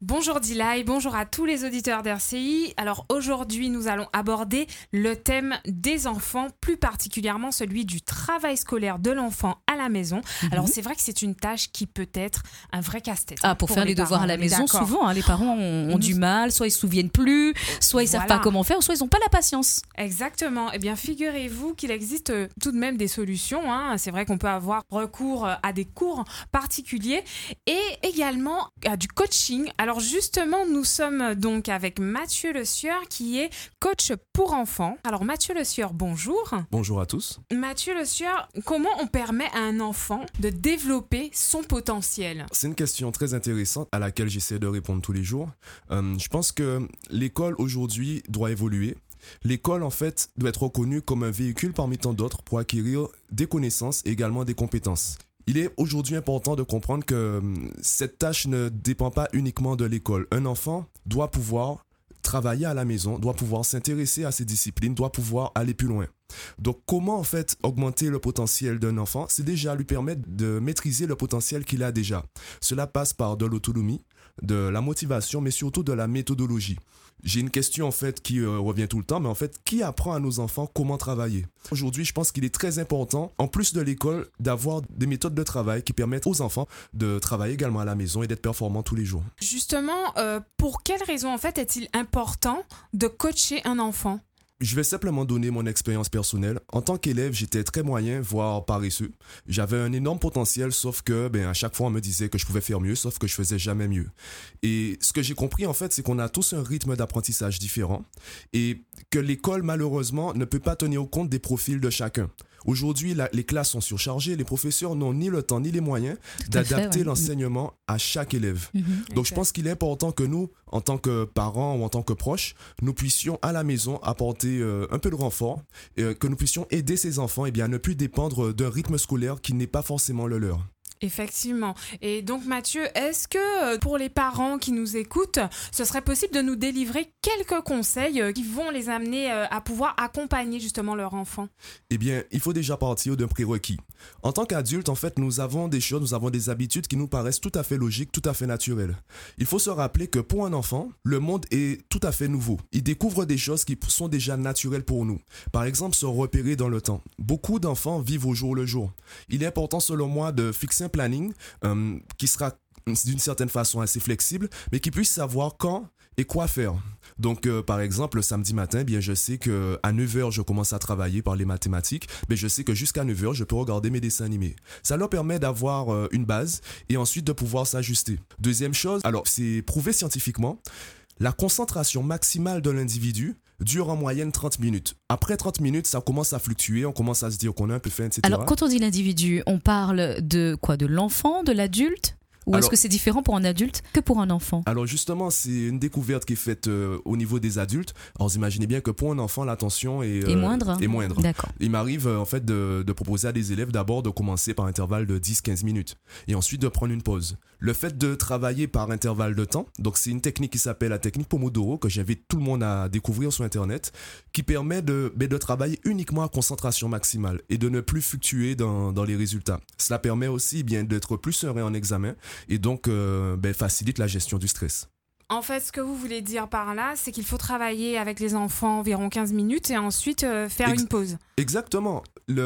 Bonjour Dilay, bonjour à tous les auditeurs d'RCI. Alors aujourd'hui, nous allons aborder le thème des enfants, plus particulièrement celui du travail scolaire de l'enfant à la maison. Alors c'est vrai que c'est une tâche qui peut être un vrai casse-tête. Pour faire les devoirs à la maison, souvent, les parents ont du mal, soit ils se souviennent plus, soit ils savent pas comment faire, soit ils n'ont pas la patience. Exactement. Eh bien, figurez-vous qu'il existe tout de même des solutions. C'est vrai qu'on peut avoir recours à des cours particuliers et également à du coaching. Alors justement, nous sommes donc avec Mathieu Le Sieur qui est coach pour enfants. Alors Mathieu Le Sieur, bonjour. Bonjour à tous. Mathieu Le Sieur, comment on permet à un enfant de développer son potentiel ? C'est une question très intéressante à laquelle j'essaie de répondre tous les jours. Je pense que l'école aujourd'hui doit évoluer. L'école, en fait, doit être reconnue comme un véhicule parmi tant d'autres pour acquérir des connaissances et également des compétences. Il est aujourd'hui important de comprendre que cette tâche ne dépend pas uniquement de l'école. Un enfant doit pouvoir travailler à la maison, doit pouvoir s'intéresser à ses disciplines, doit pouvoir aller plus loin. Donc, comment en fait augmenter le potentiel d'un enfant ? C'est déjà lui permettre de maîtriser le potentiel qu'il a déjà. Cela passe par de l'autonomie, de la motivation, mais surtout de la méthodologie. J'ai une question en fait qui revient tout le temps, mais en fait, qui apprend à nos enfants comment travailler ? Aujourd'hui, je pense qu'il est très important, en plus de l'école, d'avoir des méthodes de travail qui permettent aux enfants de travailler également à la maison et d'être performants tous les jours. Justement, pour quelles raisons en fait est-il important de coacher un enfant ? Je vais simplement donner mon expérience personnelle. En tant qu'élève, j'étais très moyen, voire paresseux. J'avais un énorme potentiel, sauf que à chaque fois, on me disait que je pouvais faire mieux, sauf que je faisais jamais mieux. Et ce que j'ai compris, en fait, c'est qu'on a tous un rythme d'apprentissage différent et que l'école, malheureusement, ne peut pas tenir compte des profils de chacun. Aujourd'hui, les classes sont surchargées, les professeurs n'ont ni le temps ni les moyens d'adapter l'enseignement à chaque élève. Donc je pense qu'il est important que nous, en tant que parents ou en tant que proches, nous puissions à la maison apporter un peu de renfort, que nous puissions aider ces enfants à ne plus dépendre d'un rythme scolaire qui n'est pas forcément le leur. Effectivement. Et donc Mathieu, est-ce que pour les parents qui nous écoutent, ce serait possible de nous délivrer quelques conseils qui vont les amener à pouvoir accompagner justement leur enfant ? Eh bien, il faut déjà partir d'un prérequis. En tant qu'adulte, en fait, nous avons des habitudes qui nous paraissent tout à fait logiques, tout à fait naturelles. Il faut se rappeler que pour un enfant, le monde est tout à fait nouveau. Il découvre des choses qui sont déjà naturelles pour nous. Par exemple, se repérer dans le temps. Beaucoup d'enfants vivent au jour le jour. Il est important, selon moi, de fixer un planning qui sera d'une certaine façon assez flexible, mais qui puisse savoir quand et quoi faire. Donc, par exemple, le samedi matin, je sais qu'à 9h, je commence à travailler par les mathématiques, mais je sais que jusqu'à 9h, je peux regarder mes dessins animés. Ça leur permet d'avoir une base et ensuite de pouvoir s'ajuster. Deuxième chose, alors c'est prouvé scientifiquement, la concentration maximale de l'individu dure en moyenne 30 minutes. Après 30 minutes, ça commence à fluctuer, on commence à se dire qu'on a un peu faim, etc. Alors, quand on dit l'individu, on parle de quoi ? De l'enfant, de l'adulte ? Ou est-ce que c'est différent pour un adulte que pour un enfant ? Alors justement, c'est une découverte qui est faite au niveau des adultes. Alors vous imaginez bien que pour un enfant, l'attention est moindre. D'accord. Il m'arrive en fait de proposer à des élèves d'abord de commencer par intervalle de 10-15 minutes et ensuite de prendre une pause. Le fait de travailler par intervalle de temps, donc c'est une technique qui s'appelle la technique Pomodoro que j'invite tout le monde à découvrir sur Internet, qui permet de travailler uniquement à concentration maximale et de ne plus fluctuer dans les résultats. Cela permet aussi d'être plus serein en examen et donc facilite la gestion du stress. En fait, ce que vous voulez dire par là, c'est qu'il faut travailler avec les enfants environ 15 minutes et ensuite faire une pause. Exactement.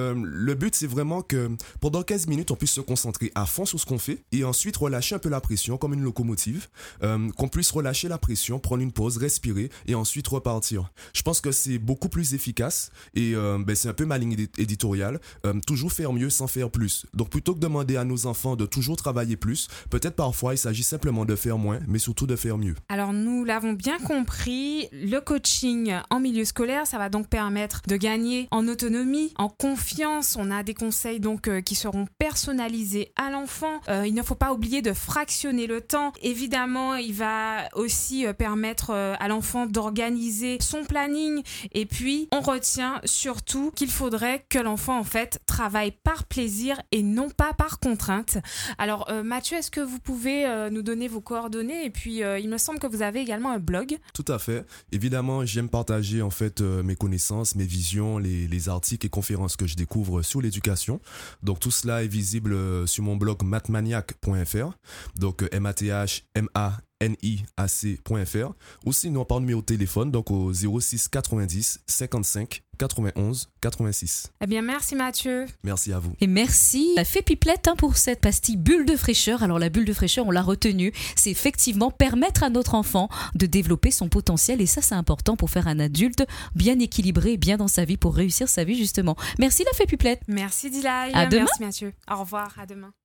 Le but, c'est vraiment que pendant 15 minutes, on puisse se concentrer à fond sur ce qu'on fait et ensuite relâcher un peu la pression comme une locomotive, qu'on puisse relâcher la pression, prendre une pause, respirer et ensuite repartir. Je pense que c'est beaucoup plus efficace et c'est un peu ma ligne éditoriale. Toujours faire mieux sans faire plus. Donc plutôt que de demander à nos enfants de toujours travailler plus, peut-être parfois il s'agit simplement de faire moins, mais surtout de faire mieux. Alors nous l'avons bien compris, le coaching en milieu scolaire, ça va donc permettre de gagner en autonomie, en confiance. On a des conseils donc qui seront personnalisés à l'enfant. Il ne faut pas oublier de fractionner le temps. Évidemment, il va aussi permettre à l'enfant d'organiser son planning. Et puis, on retient surtout qu'il faudrait que l'enfant en fait travaille par plaisir et non pas par contrainte. Alors Mathieu, est-ce que vous pouvez nous donner vos coordonnées ? Et puis, il me semble que vous avez également un blog. Tout à fait. Évidemment, j'aime partager en fait mes connaissances, mes visions, les articles et conférences que je découvre sur l'éducation. Donc tout cela est visible sur mon blog mathmaniac.fr. Donc mathmaniac.fr. niac.fr, ou sinon par numéro de téléphone, donc au 06 90 55 91 86. Eh bien, merci Mathieu. Merci à vous. Et merci la Fée Pipelette pour cette pastille bulle de fraîcheur. Alors la bulle de fraîcheur, on l'a retenue, c'est effectivement permettre à notre enfant de développer son potentiel, et ça c'est important pour faire un adulte bien équilibré, bien dans sa vie, pour réussir sa vie justement. Merci la Fée Pipelette. Merci Dilay. À demain. Merci Mathieu. Au revoir, à demain.